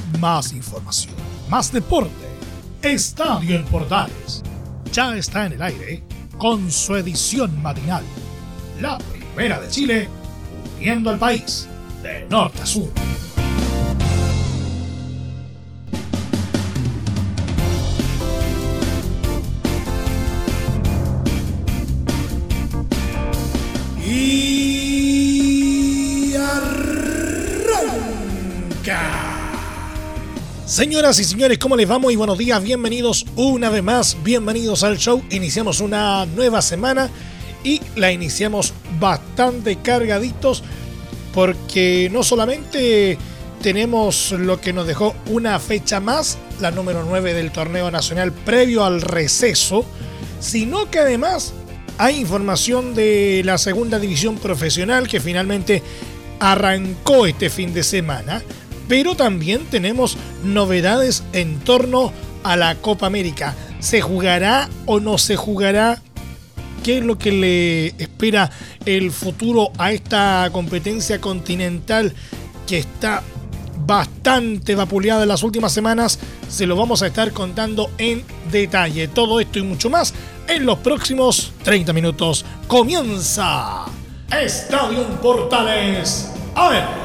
Más información, más deporte. Estadio en Portales ya está en el aire con su edición matinal. La primera de Chile, uniendo al país de norte a sur. Y arranca. Señoras y señores, ¿cómo les va? Muy buenos días, bienvenidos una vez más, bienvenidos al show. Iniciamos una nueva semana y la iniciamos bastante cargaditos porque no solamente tenemos lo que nos dejó una fecha más, la número 9 del torneo nacional previo al receso, sino que además hay información de la segunda división profesional que finalmente arrancó este fin de semana. Pero también tenemos novedades en torno a la Copa América. ¿Se jugará o no se jugará? ¿Qué es lo que le espera el futuro a esta competencia continental que está bastante vapuleada en las últimas semanas? Se lo vamos a estar contando en detalle. Todo esto y mucho más en los próximos 30 minutos. Comienza Estadio Portales. A ver.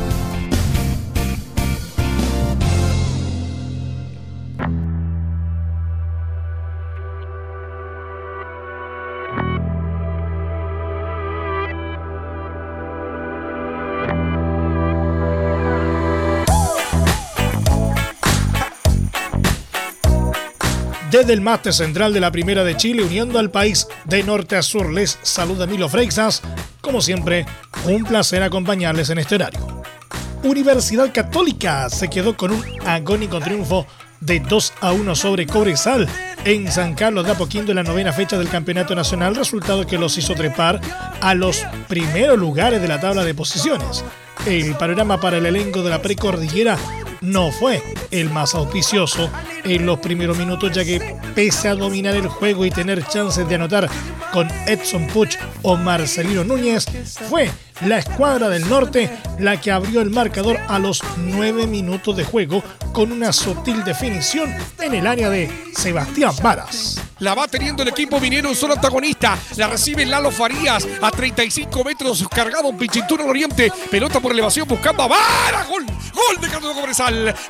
Desde el máster central de la Primera de Chile, uniendo al país de norte a sur, les saluda Milo Freixas. Como siempre, un placer acompañarles en este horario. Universidad Católica se quedó con un agónico triunfo de 2-1 sobre Cobresal en San Carlos de Apoquindo en la novena fecha del Campeonato Nacional, resultado que los hizo trepar a los primeros lugares de la tabla de posiciones. El panorama para el elenco de la precordillera no fue el más auspicioso en los primeros minutos, ya que pese a dominar el juego y tener chances de anotar con Edson Puch o Marcelino Núñez, fue la escuadra del norte la que abrió el marcador a los 9 minutos de juego con una sutil definición en el área de Sebastián Varas. La va teniendo el equipo minero, un solo antagonista. La recibe Lalo Farías a 35 metros, cargado un Pichinturo al oriente. Pelota por elevación buscando a Vara. Gol de Carlos Cobresal. Gol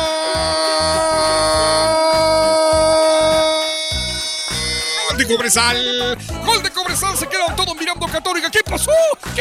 de Cobresal. Gol de Cobresal. Se quedan todos mirando a Católica. ¿Qué pasó?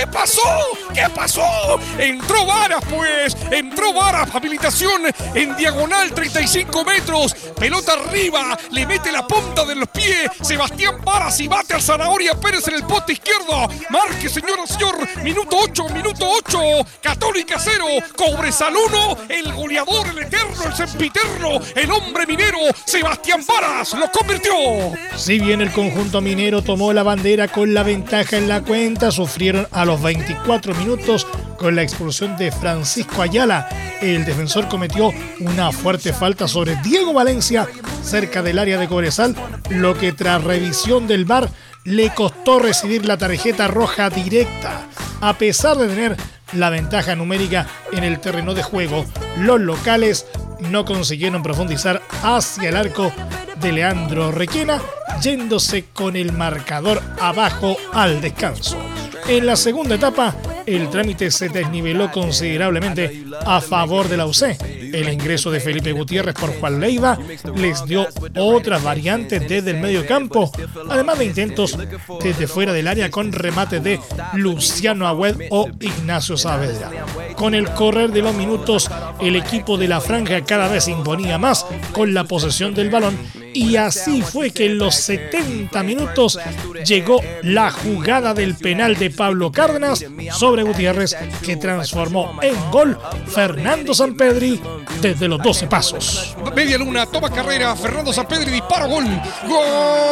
Entró Varas, pues. Entró Varas. Habilitación en diagonal, 35 metros. Pelota arriba. Le mete la punta de los pies. Sebastián Varas y bate al Zanahoria Pérez en el poste izquierdo. Marque, señora, señor. Minuto 8. Católica 0. Cobresal 1. El goleador, el eterno, el sempiterno, el hombre minero, Sebastián Varas, lo convirtió. Si bien el conjunto minero tomó la bandera con la ventaja en la cuenta, sufrieron a los 24 minutos con la expulsión de Francisco Ayala. El defensor cometió una fuerte falta sobre Diego Valencia cerca del área de Cobresal, lo que tras revisión del VAR le costó recibir la tarjeta roja directa. A pesar de tener la ventaja numérica en el terreno de juego, los locales no consiguieron profundizar hacia el arco de Leandro Requena, yéndose con el marcador abajo al descanso. En la segunda etapa, el trámite se desniveló considerablemente a favor de la UC. El ingreso de Felipe Gutiérrez por Juan Leiva les dio otras variantes desde el medio campo, además de intentos desde fuera del área con remates de Luciano Agüed o Ignacio Saavedra. Con el correr de los minutos, el equipo de la franja cada vez se imponía más con la posesión del balón, y así fue que en los 70 minutos llegó la jugada del penal de Pablo Cárdenas sobre Gutiérrez, que transformó en gol Fernando Sampedri desde los 12 pasos. Media luna, toma carrera, Fernando Sampedri dispara, gol. ¡Gol!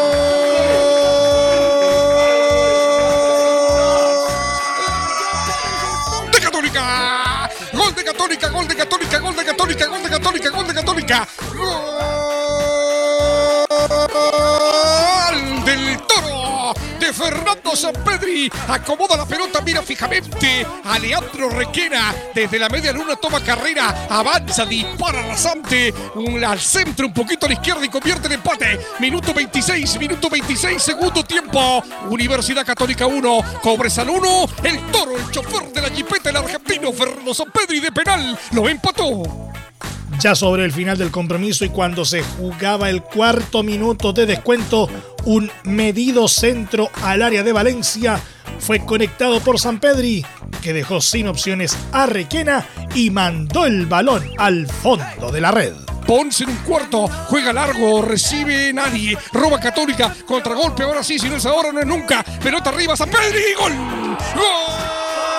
¡De Católica! ¡Gol de Católica! ¡Gol de Católica! ¡Gol de Católica! ¡Gol de Católica! ¡Gol de Católica! ¡Gol del Toro! De Fernando Fernando Sampedri acomoda la pelota, mira fijamente a Leandro Requena. Desde la media luna toma carrera, avanza, dispara rasante al centro, un poquito a la izquierda y convierte el empate. Minuto 26, segundo tiempo. Universidad Católica 1, Cobresal 1. El Toro, el chofer de la jipeta, el argentino Fernando Sampedri de penal, lo empató. Ya sobre el final del compromiso y cuando se jugaba el cuarto minuto de descuento, un medido centro al área de Valencia fue conectado por Sampedri, que dejó sin opciones a Requena y mandó el balón al fondo de la red. Ponce en un cuarto, juega largo, recibe nadie, roba Católica, contragolpe, ahora sí, si no es ahora, no es nunca. Pelota arriba, Sampedri, gol. ¡Gol!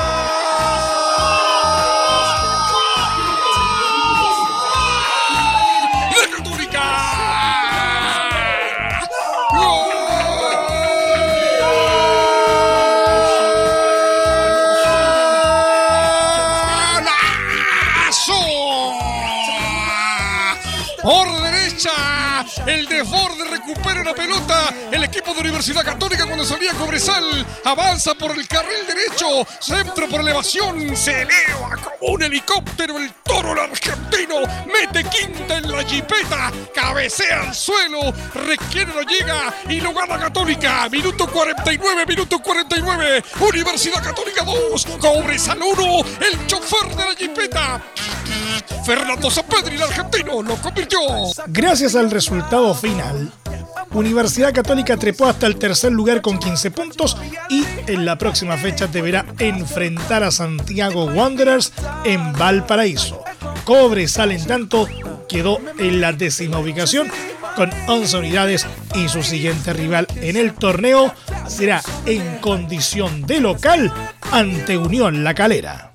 Por derecha, el desborde recupera la pelota. El equipo de Universidad Católica cuando salía Cobresal avanza por el carril derecho, centro por elevación, se eleva como un helicóptero. El Toro, el argentino, mete quinta en la jipeta, cabecea al suelo, Requena no llega y lo gana Católica. Minuto 49. Universidad Católica 2, Cobresal 1, el chofer de la jipeta. Fernando Sampedri, el argentino, lo convirtió. Gracias al resultado final, Universidad Católica trepó hasta el tercer lugar con 15 puntos y en la próxima fecha deberá enfrentar a Santiago Wanderers en Valparaíso. Cobresal, en tanto, quedó en la 10ª ubicación con 11 unidades y su siguiente rival en el torneo será en condición de local ante Unión La Calera.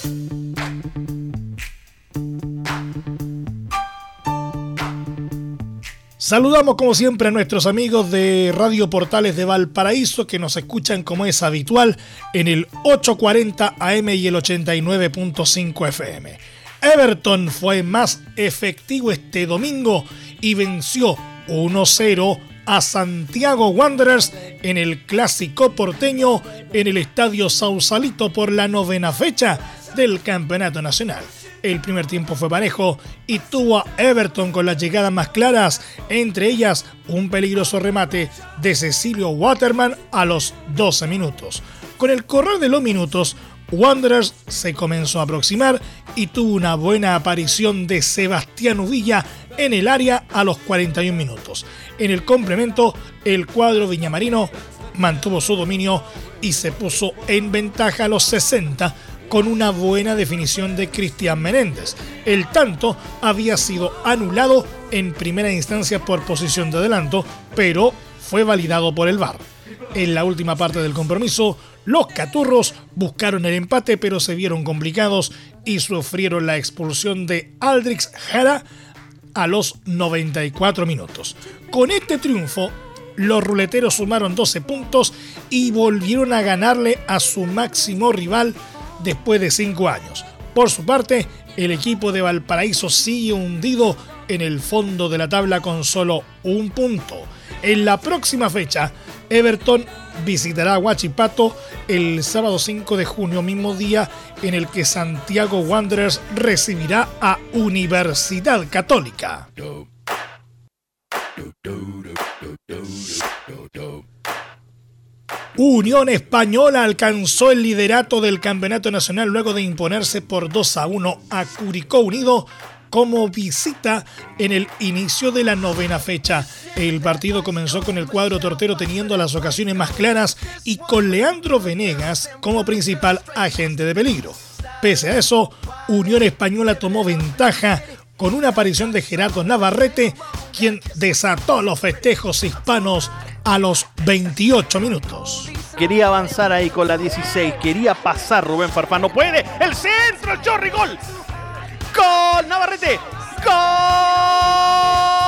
Saludamos como siempre a nuestros amigos de Radio Portales de Valparaíso que nos escuchan como es habitual en el 840 AM y el 89.5 FM. Everton fue más efectivo este domingo y venció 1-0 a Santiago Wanderers en el Clásico Porteño en el Estadio Sausalito por la 9ª fecha del Campeonato Nacional. El primer tiempo fue parejo y tuvo a Everton con las llegadas más claras, entre ellas un peligroso remate de Cecilio Waterman a los 12 minutos. Con el correr de los minutos, Wanderers se comenzó a aproximar y tuvo una buena aparición de Sebastián Uvilla en el área a los 41 minutos. En el complemento, el cuadro viñamarino mantuvo su dominio y se puso en ventaja a los 60 con una buena definición de Cristian Menéndez. El tanto había sido anulado en primera instancia por posición de adelanto, pero fue validado por el VAR. En la última parte del compromiso, los caturros buscaron el empate, pero se vieron complicados y sufrieron la expulsión de Aldrich Jara a los 94 minutos. Con este triunfo, los ruleteros sumaron 12 puntos y volvieron a ganarle a su máximo rival después de 5 años. Por su parte, el equipo de Valparaíso sigue hundido en el fondo de la tabla con solo un punto. En la próxima fecha, Everton visitará Huachipato el sábado 5 de junio, mismo día en el que Santiago Wanderers recibirá a Universidad Católica. Unión Española alcanzó el liderato del Campeonato Nacional luego de imponerse por 2-1 a Curicó Unido como visita en el inicio de la 9ª fecha. El partido comenzó con el cuadro tortero teniendo las ocasiones más claras y con Leandro Venegas como principal agente de peligro. Pese a eso, Unión Española tomó ventaja con una aparición de Gerardo Navarrete, quien desató los festejos hispanos a los 28 minutos. Quería avanzar ahí con la 16, quería pasar Rubén Farfán, no puede, el centro, el chorri, gol. ¡Gol! ¡Navarrete! ¡Gol!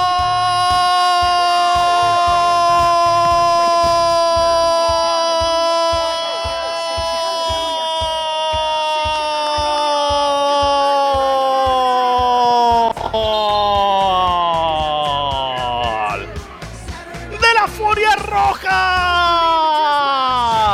¡De la Furia Roja!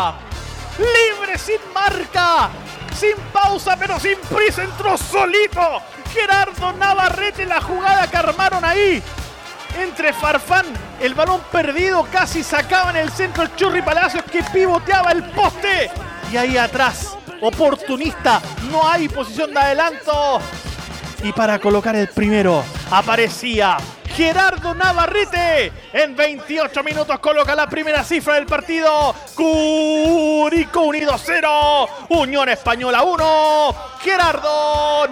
pausa, pero sin prisa entró solito Gerardo Navarrete. La jugada que armaron ahí entre Farfán, el balón perdido, casi sacaban el centro el Chorri Palacios, que pivoteaba el poste. Y ahí atrás, oportunista, no hay posición de adelanto. Y para colocar el primero, aparecía Gerardo Navarrete. En 28 minutos coloca la primera cifra del partido. Curicó Unido 0, Unión Española 1. Gerardo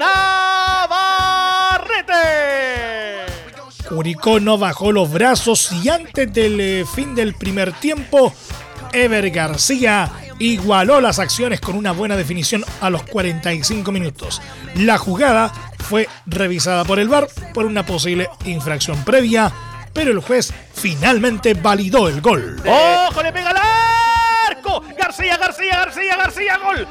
Navarrete. Curicó no bajó los brazos y antes del fin del primer tiempo, Ever García igualó las acciones con una buena definición a los 45 minutos. La jugada fue revisada por el VAR por una posible infracción previa, pero el juez finalmente validó el gol. ¡Ojo! ¡Le pega al arco! García, gol.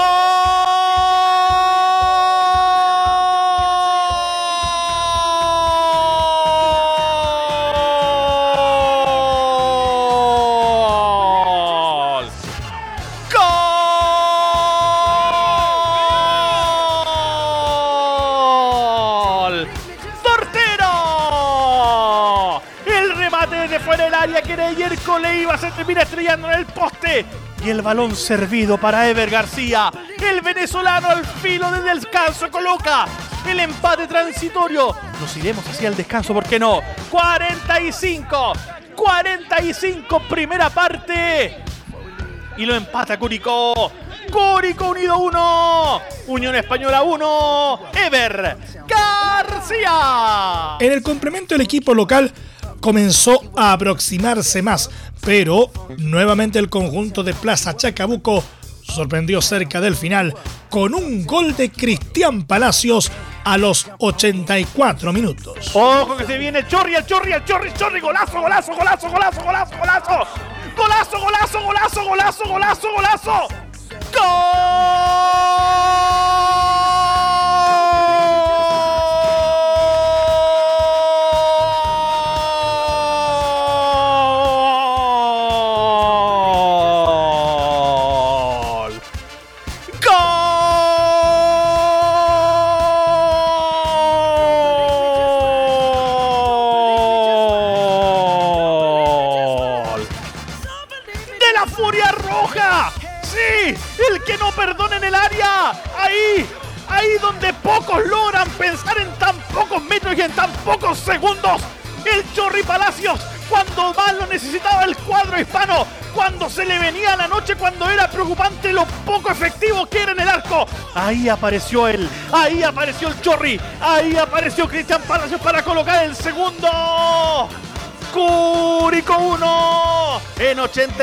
Que Yerko Leiva se termina estrellando en el poste y el balón servido para Ever García. El venezolano al filo del descanso coloca el empate transitorio. Nos iremos hacia el descanso, ¿por qué no? 45 primera parte y lo empata Curicó. Curicó Unido 1, Unión Española 1, Ever García. En el complemento, el equipo local comenzó a aproximarse más, pero nuevamente el conjunto de Plaza Chacabuco sorprendió cerca del final con un gol de Cristian Palacios a los 84 minutos. Ojo que se viene el Chorri, golazo. Ahí donde pocos logran pensar en tan pocos metros y en tan pocos segundos. El Chorri Palacios, cuando más lo necesitaba el cuadro hispano, cuando se le venía la noche, cuando era preocupante lo poco efectivo que era en el arco. Ahí apareció él, ahí apareció el Chorri, ahí apareció Cristian Palacios para colocar el segundo. Curicó 1 en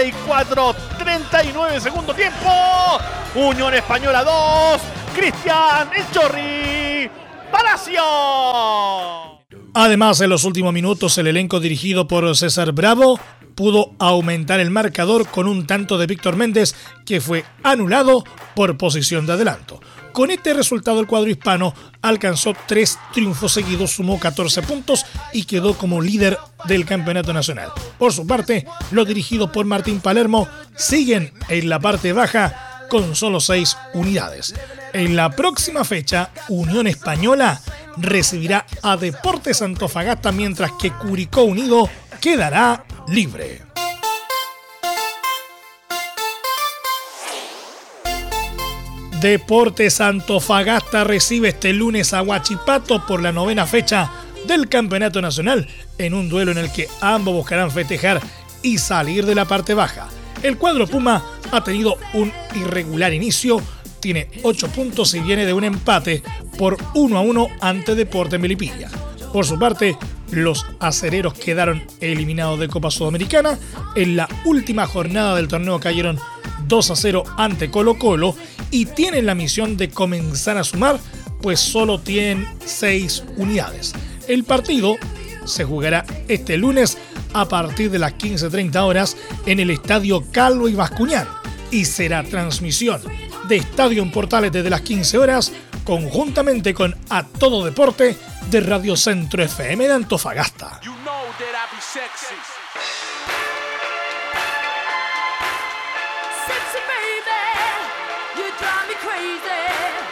84-39 segundo tiempo. Unión Española 2, Cristian el Chorri Palacios. Además, en los últimos minutos, el elenco dirigido por César Bravo pudo aumentar el marcador con un tanto de Víctor Méndez que fue anulado por posición de adelanto. Con este resultado, el cuadro hispano alcanzó 3 triunfos seguidos, sumó 14 puntos y quedó como líder del campeonato nacional. Por su parte, los dirigidos por Martín Palermo siguen en la parte baja con solo 6 unidades. En la próxima fecha, Unión Española recibirá a Deportes Antofagasta, mientras que Curicó Unido quedará libre. Deportes Antofagasta recibe este lunes a Huachipato por la 9ª fecha del Campeonato Nacional, en un duelo en el que ambos buscarán festejar y salir de la parte baja. El cuadro Puma ha tenido un irregular inicio, tiene 8 puntos y viene de un empate por 1-1 ante Deportes Melipilla. Por su parte, los acereros quedaron eliminados de Copa Sudamericana. En la última jornada del torneo cayeron 2-0 ante Colo-Colo y tienen la misión de comenzar a sumar, pues solo tienen 6 unidades. El partido se jugará este lunes a partir de las 15:30 horas en el Estadio Calvo y Bascuñán y será transmisión de Estadio en Portales desde las 15 horas conjuntamente con A Todo Deporte de Radio Centro FM de Antofagasta. Sexy baby, you drive me crazy.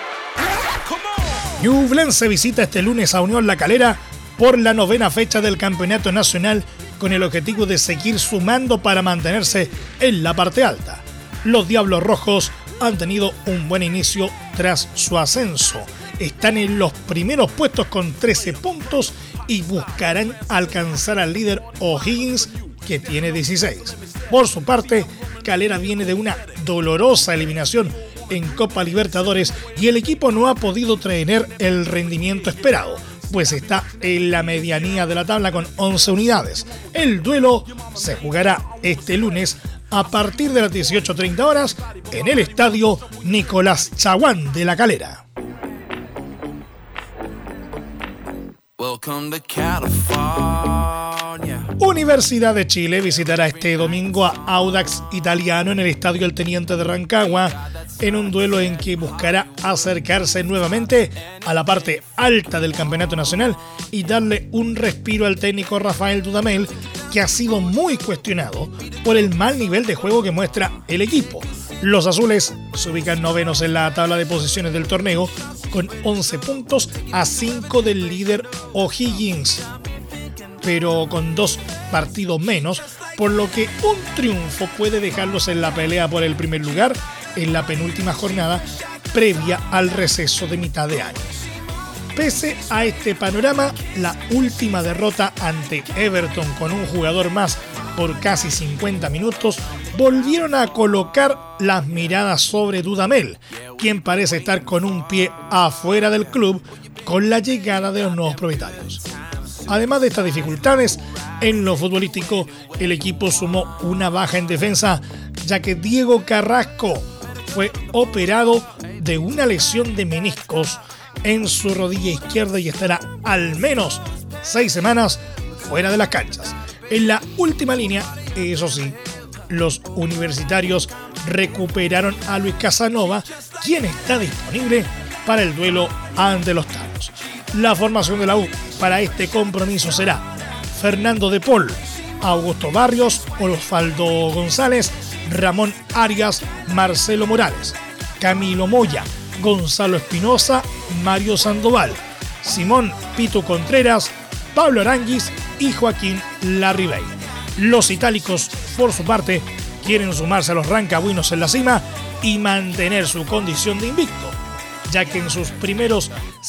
Ñublense visita este lunes a Unión La Calera por la 9ª fecha del Campeonato Nacional con el objetivo de seguir sumando para mantenerse en la parte alta. Los Diablos Rojos han tenido un buen inicio tras su ascenso. Están en los primeros puestos con 13 puntos y buscarán alcanzar al líder O'Higgins, que tiene 16. Por su parte, Calera viene de una dolorosa eliminación en Copa Libertadores y el equipo no ha podido tener el rendimiento esperado, pues está en la medianía de la tabla con 11 unidades. El duelo se jugará este lunes a partir de las 18:30 horas en el estadio Nicolás Chaguán de La Calera. Universidad de Chile visitará este domingo a Audax Italiano en el estadio El Teniente de Rancagua, en un duelo en que buscará acercarse nuevamente a la parte alta del campeonato nacional y darle un respiro al técnico Rafael Dudamel, que ha sido muy cuestionado por el mal nivel de juego que muestra el equipo. Los azules se ubican novenos en la tabla de posiciones del torneo con 11 puntos a 5 del líder O'Higgins, pero con 2 partidos menos, por lo que un triunfo puede dejarlos en la pelea por el primer lugar en la penúltima jornada previa al receso de mitad de año. Pese a este panorama, la última derrota ante Everton con un jugador más por casi 50 minutos volvieron a colocar las miradas sobre Dudamel, quien parece estar con un pie afuera del club con la llegada de los nuevos propietarios. Además de estas dificultades, en lo futbolístico, el equipo sumó una baja en defensa, ya que Diego Carrasco fue operado de una lesión de meniscos en su rodilla izquierda y estará al menos 6 semanas fuera de las canchas. En la última línea, eso sí, los universitarios recuperaron a Luis Casanova, quien está disponible para el duelo ante los Tanos. La formación de la U para este compromiso será Fernando de Paul, Augusto Barrios, Osvaldo González, Ramón Arias, Marcelo Morales, Camilo Moya, Gonzalo Espinosa, Mario Sandoval, Simón Pitu Contreras, Pablo Aranguis y Joaquín Larribey. Los itálicos, por su parte, quieren sumarse a los rancagüinos en la cima y mantener su condición de invicto, ya que en sus primeros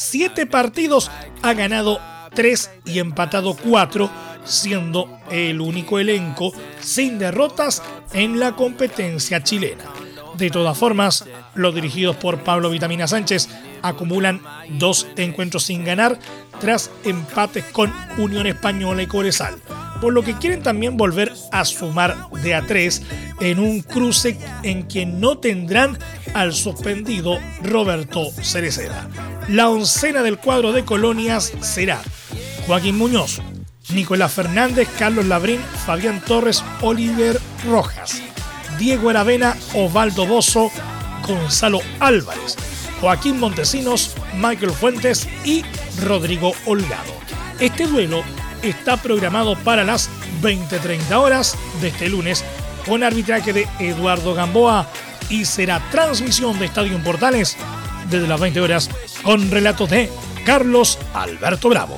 7 partidos ha ganado 3 y empatado 4, siendo el único elenco sin derrotas en la competencia chilena. De todas formas, los dirigidos por Pablo Vitamina Sánchez acumulan 2 encuentros sin ganar tras empates con Unión Española y Cobresal, por lo que quieren también volver a sumar de a 3 en un cruce en que no tendrán al suspendido Roberto Cereceda. La oncena del cuadro de Colonias será Joaquín Muñoz, Nicolás Fernández, Carlos Labrín, Fabián Torres, Oliver Rojas, Diego Aravena, Osvaldo Bozo, Gonzalo Álvarez, Joaquín Montesinos, Michael Fuentes y Rodrigo Holgado. Este duelo está programado para las 20:30 horas de este lunes con arbitraje de Eduardo Gamboa y será transmisión de Estadio Portales desde las 20 horas con relatos de Carlos Alberto Bravo.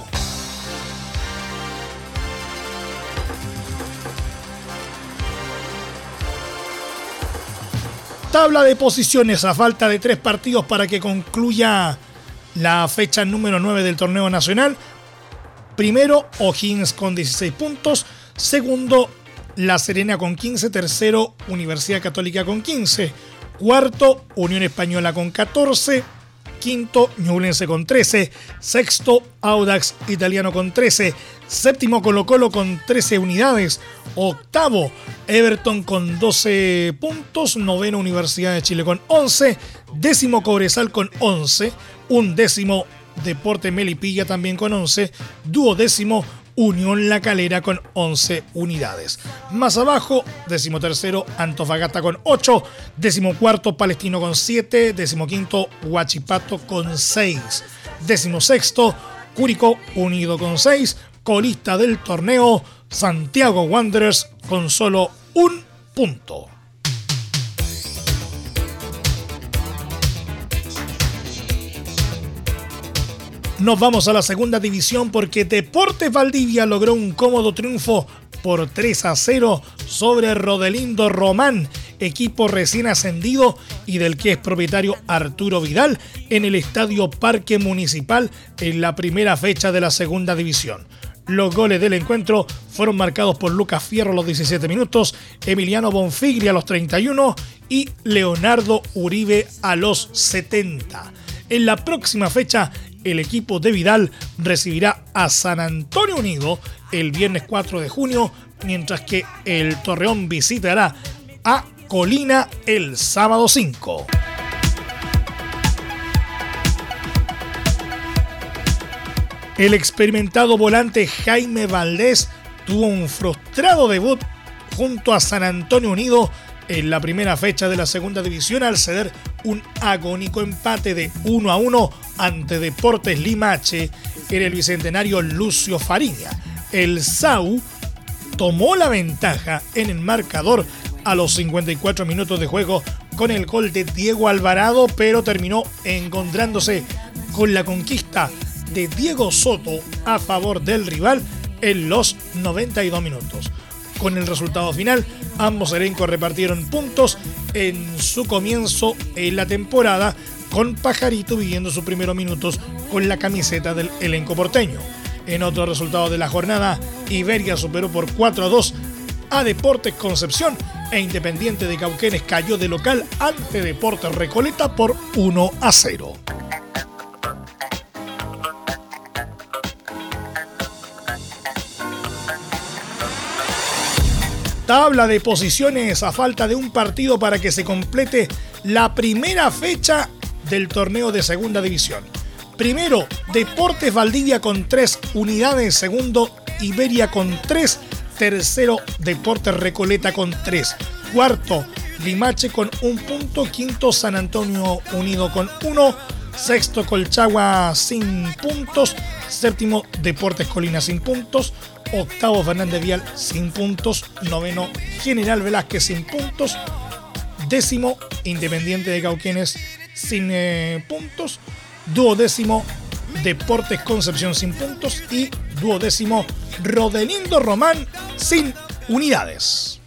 Tabla de posiciones a falta de 3 partidos para que concluya la fecha número 9 del torneo nacional. Primero, O'Higgins con 16 puntos. Segundo, La Serena con 15. Tercero, Universidad Católica con 15. Cuarto, Unión Española con 14. Quinto, Ñublense con 13. Sexto, Audax Italiano con 13. Séptimo, Colo-Colo con 13 unidades. Octavo, Everton con 12 puntos. Noveno, Universidad de Chile con 11. Décimo, Cobresal con 11. Undécimo, Deporte Melipilla también con 11. Duodécimo, Unión La Calera con 11 unidades. Más abajo, 13º, Antofagasta con 8. 14º, Palestino con 7. 15º, Huachipato con 6. 16º, Curicó Unido con 6. Colista del torneo, Santiago Wanderers con solo 1 punto. Nos vamos a la segunda división porque Deportes Valdivia logró un cómodo triunfo por 3-0 sobre Rodelindo Román, equipo recién ascendido y del que es propietario Arturo Vidal, en el Estadio Parque Municipal en la primera fecha de la segunda división. Los goles del encuentro fueron marcados por Lucas Fierro a los 17 minutos, Emiliano Bonfigli a los 31 y Leonardo Uribe a los 70. En la próxima fecha, el equipo de Vidal recibirá a San Antonio Unido el viernes 4 de junio, mientras que el Torreón visitará a Colina el sábado 5. El experimentado volante Jaime Valdés tuvo un frustrado debut junto a San Antonio Unido en la primera fecha de la segunda división al ceder un agónico empate de 1-1 ante Deportes Limache en el bicentenario Lucio Fariña. El SAU tomó la ventaja en el marcador a los 54 minutos de juego con el gol de Diego Alvarado, pero terminó encontrándose con la conquista de Diego Soto a favor del rival en los 92 minutos. Con el resultado final, ambos elencos repartieron puntos en su comienzo en la temporada, con Pajarito viviendo sus primeros minutos con la camiseta del elenco porteño. En otro resultado de la jornada, Iberia superó por 4-2 a Deportes Concepción e Independiente de Cauquenes cayó de local ante Deportes Recoleta por 1-0. Tabla de posiciones a falta de un partido para que se complete la primera fecha del torneo de segunda división. Primero, Deportes Valdivia con 3 unidades. Segundo, Iberia con 3. Tercero, Deportes Recoleta con 3. Cuarto, Limache con 1 punto. Quinto, San Antonio Unido con 1. Sexto, Colchagua sin puntos. Séptimo, Deportes Colina sin puntos. Octavo, Fernández Vial sin puntos. Noveno, General Velázquez sin puntos. Décimo, Independiente de Cauquenes sin puntos. Duodécimo, Deportes Concepción sin puntos. Y duodécimo, Rodelindo Román sin unidades.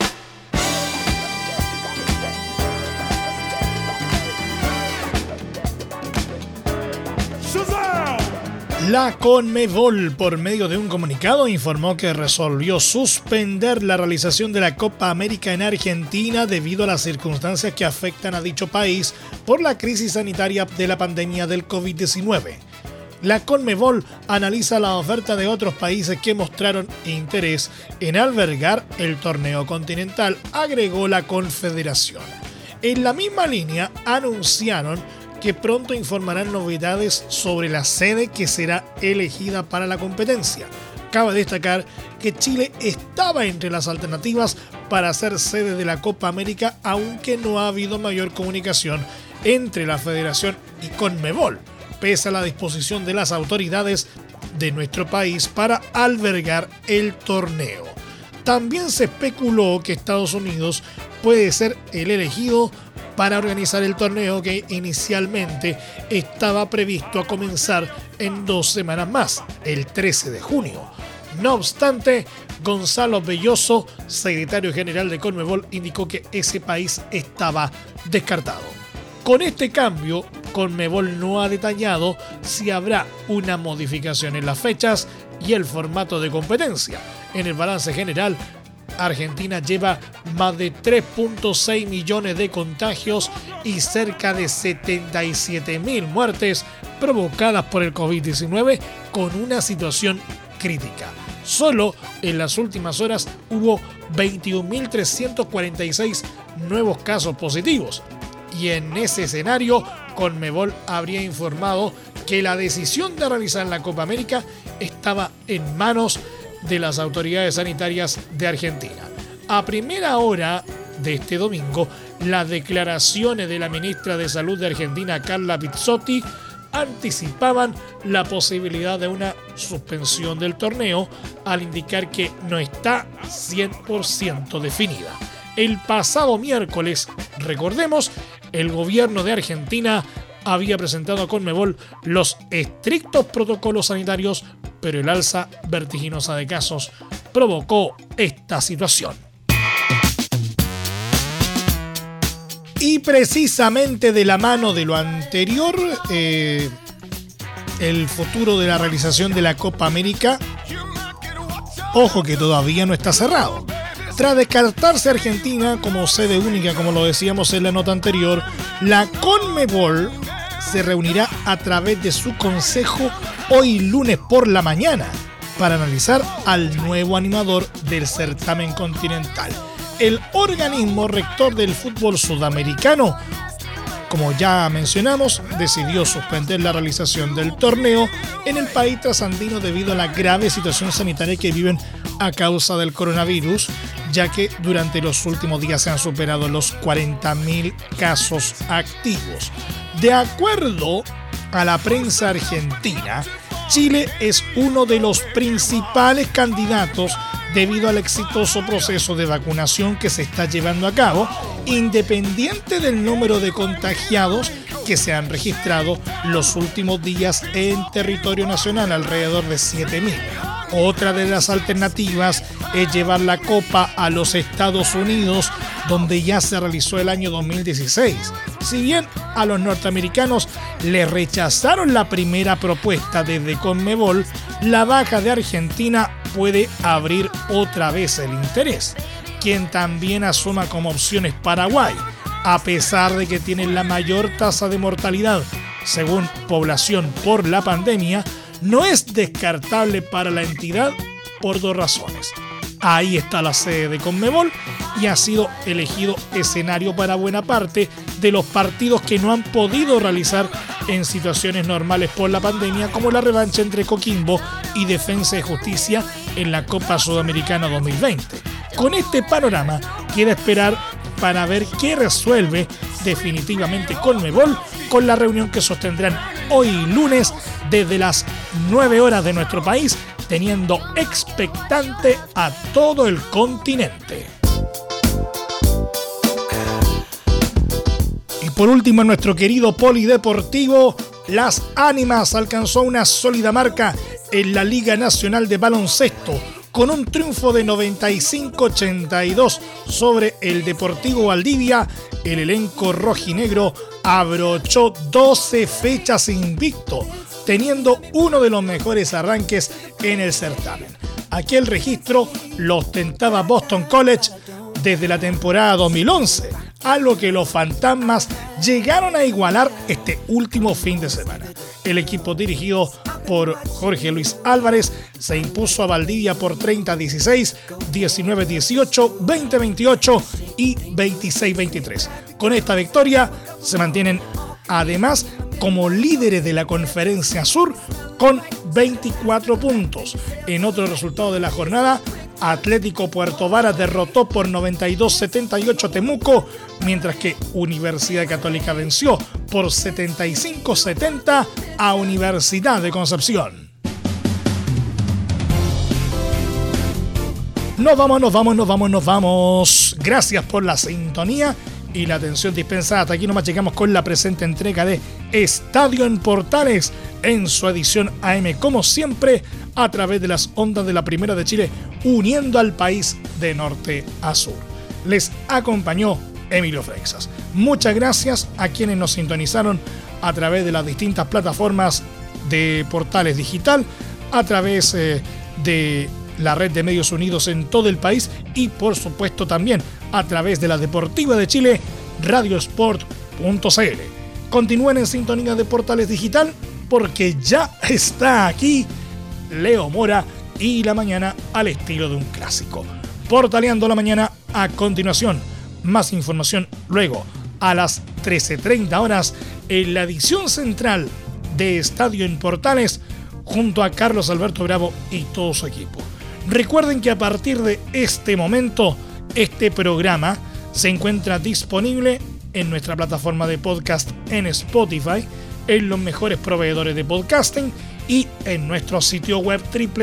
La Conmebol, por medio de un comunicado, informó que resolvió suspender la realización de la Copa América en Argentina debido a las circunstancias que afectan a dicho país por la crisis sanitaria de la pandemia del COVID-19. La Conmebol analiza la oferta de otros países que mostraron interés en albergar el torneo continental, agregó la Confederación. En la misma línea, anunciaron que pronto informarán novedades sobre la sede que será elegida para la competencia. Cabe destacar que Chile estaba entre las alternativas para ser sede de la Copa América, aunque no ha habido mayor comunicación entre la Federación y Conmebol, pese a la disposición de las autoridades de nuestro país para albergar el torneo. También se especuló que Estados Unidos puede ser el elegido para organizar el torneo, que inicialmente estaba previsto a comenzar en 2 semanas más, el 13 de junio. No obstante, Gonzalo Belloso, secretario general de Conmebol, indicó que ese país estaba descartado. Con este cambio, Conmebol no ha detallado si habrá una modificación en las fechas y el formato de competencia. En el balance general, Argentina lleva más de 3.6 millones de contagios y cerca de 77.000 muertes provocadas por el COVID-19, con una situación crítica. Solo en las últimas horas hubo 21.346 nuevos casos positivos. Y en ese escenario, Conmebol habría informado que la decisión de realizar la Copa América estaba en manos de las autoridades sanitarias de Argentina. A primera hora de este domingo, las declaraciones de la ministra de Salud de Argentina, Carla Pizzotti, anticipaban la posibilidad de una suspensión del torneo, al indicar que no está 100% definida. El pasado miércoles, recordemos, el gobierno de Argentina había presentado a Conmebol los estrictos protocolos sanitarios, pero el alza vertiginosa de casos provocó esta situación. Y precisamente de la mano de lo anterior, el futuro de la realización de la Copa América, ojo que todavía no está cerrado. Tras descartarse Argentina como sede única, como lo decíamos en la nota anterior, la Conmebol se reunirá a través de su consejo hoy lunes por la mañana para analizar al nuevo animador del certamen continental. El organismo rector del fútbol sudamericano, como ya mencionamos, decidió suspender la realización del torneo en el país trasandino debido a la grave situación sanitaria que viven a causa del coronavirus, ya que durante los últimos días se han superado los 40.000 casos activos. De acuerdo a la prensa argentina, Chile es uno de los principales candidatos debido al exitoso proceso de vacunación que se está llevando a cabo, independiente del número de contagiados que se han registrado los últimos días en territorio nacional, alrededor de 7.000. Otra de las alternativas es llevar la Copa a los Estados Unidos, donde ya se realizó el año 2016. Si bien a los norteamericanos les rechazaron la primera propuesta desde Conmebol, la baja de Argentina puede abrir otra vez el interés, quien también asoma como opciones Paraguay, a pesar de que tienen la mayor tasa de mortalidad, según población por la pandemia. No es descartable para la entidad por dos razones. Ahí está la sede de Conmebol y ha sido elegido escenario para buena parte de los partidos que no han podido realizar en situaciones normales por la pandemia, como la revancha entre Coquimbo y Defensa y Justicia en la Copa Sudamericana 2020. Con este panorama queda esperar para ver qué resuelve definitivamente Conmebol con la reunión que sostendrán hoy lunes desde las 9 horas de nuestro país, teniendo expectante a todo el continente. Y por último, en nuestro querido polideportivo, Las Ánimas alcanzó una sólida marca en la Liga Nacional de Baloncesto, con un triunfo de 95-82 sobre el Deportivo Valdivia. El elenco rojinegro abrochó 12 fechas invicto, teniendo uno de los mejores arranques en el certamen. Aquel registro lo ostentaba Boston College desde la temporada 2011, algo que los fantasmas llegaron a igualar este último fin de semana. El equipo dirigido por Jorge Luis Álvarez se impuso a Valdivia por 30-16, 19-18, 20-28 y 26-23. Con esta victoria se mantienen además como líderes de la Conferencia Sur con 24 puntos. En otro resultado de la jornada, Atlético Puerto Varas derrotó por 92-78 a Temuco, mientras que Universidad Católica venció por 75-70 a Universidad de Concepción. Nos vamos. Gracias por la sintonía y la atención dispensada. Hasta aquí nomás llegamos con la presente entrega de Estadio en Portales en su edición AM, como siempre, a través de las ondas de la Primera de Chile, uniendo al país de norte a sur. Les acompañó Emilio Freixas. Muchas gracias a quienes nos sintonizaron a través de las distintas plataformas de Portales Digital, a través de la red de medios unidos en todo el país y por supuesto también a través de la Deportiva de Chile, radiosport.cl. Continúen en sintonía de Portales Digital porque ya está aquí Leo Mora y la mañana al estilo de un clásico. Portaleando la mañana a continuación. Más información luego a las 13:30 horas en la edición central de Estadio en Portales junto a Carlos Alberto Bravo y todo su equipo. Recuerden que a partir de este momento, este programa se encuentra disponible en nuestra plataforma de podcast en Spotify, en los mejores proveedores de podcasting y en nuestro sitio web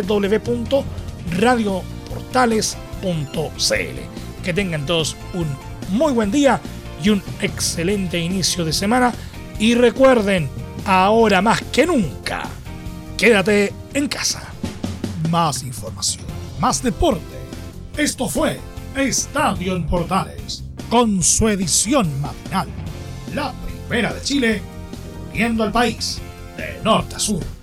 www.radioportales.cl. Que tengan todos un muy buen día y un excelente inicio de semana Y recuerden, ahora más que nunca, quédate en casa. Más información, más deporte. Esto fue Estadio en Portales, con su edición matinal. La primera de Chile, uniendo al país de norte a sur.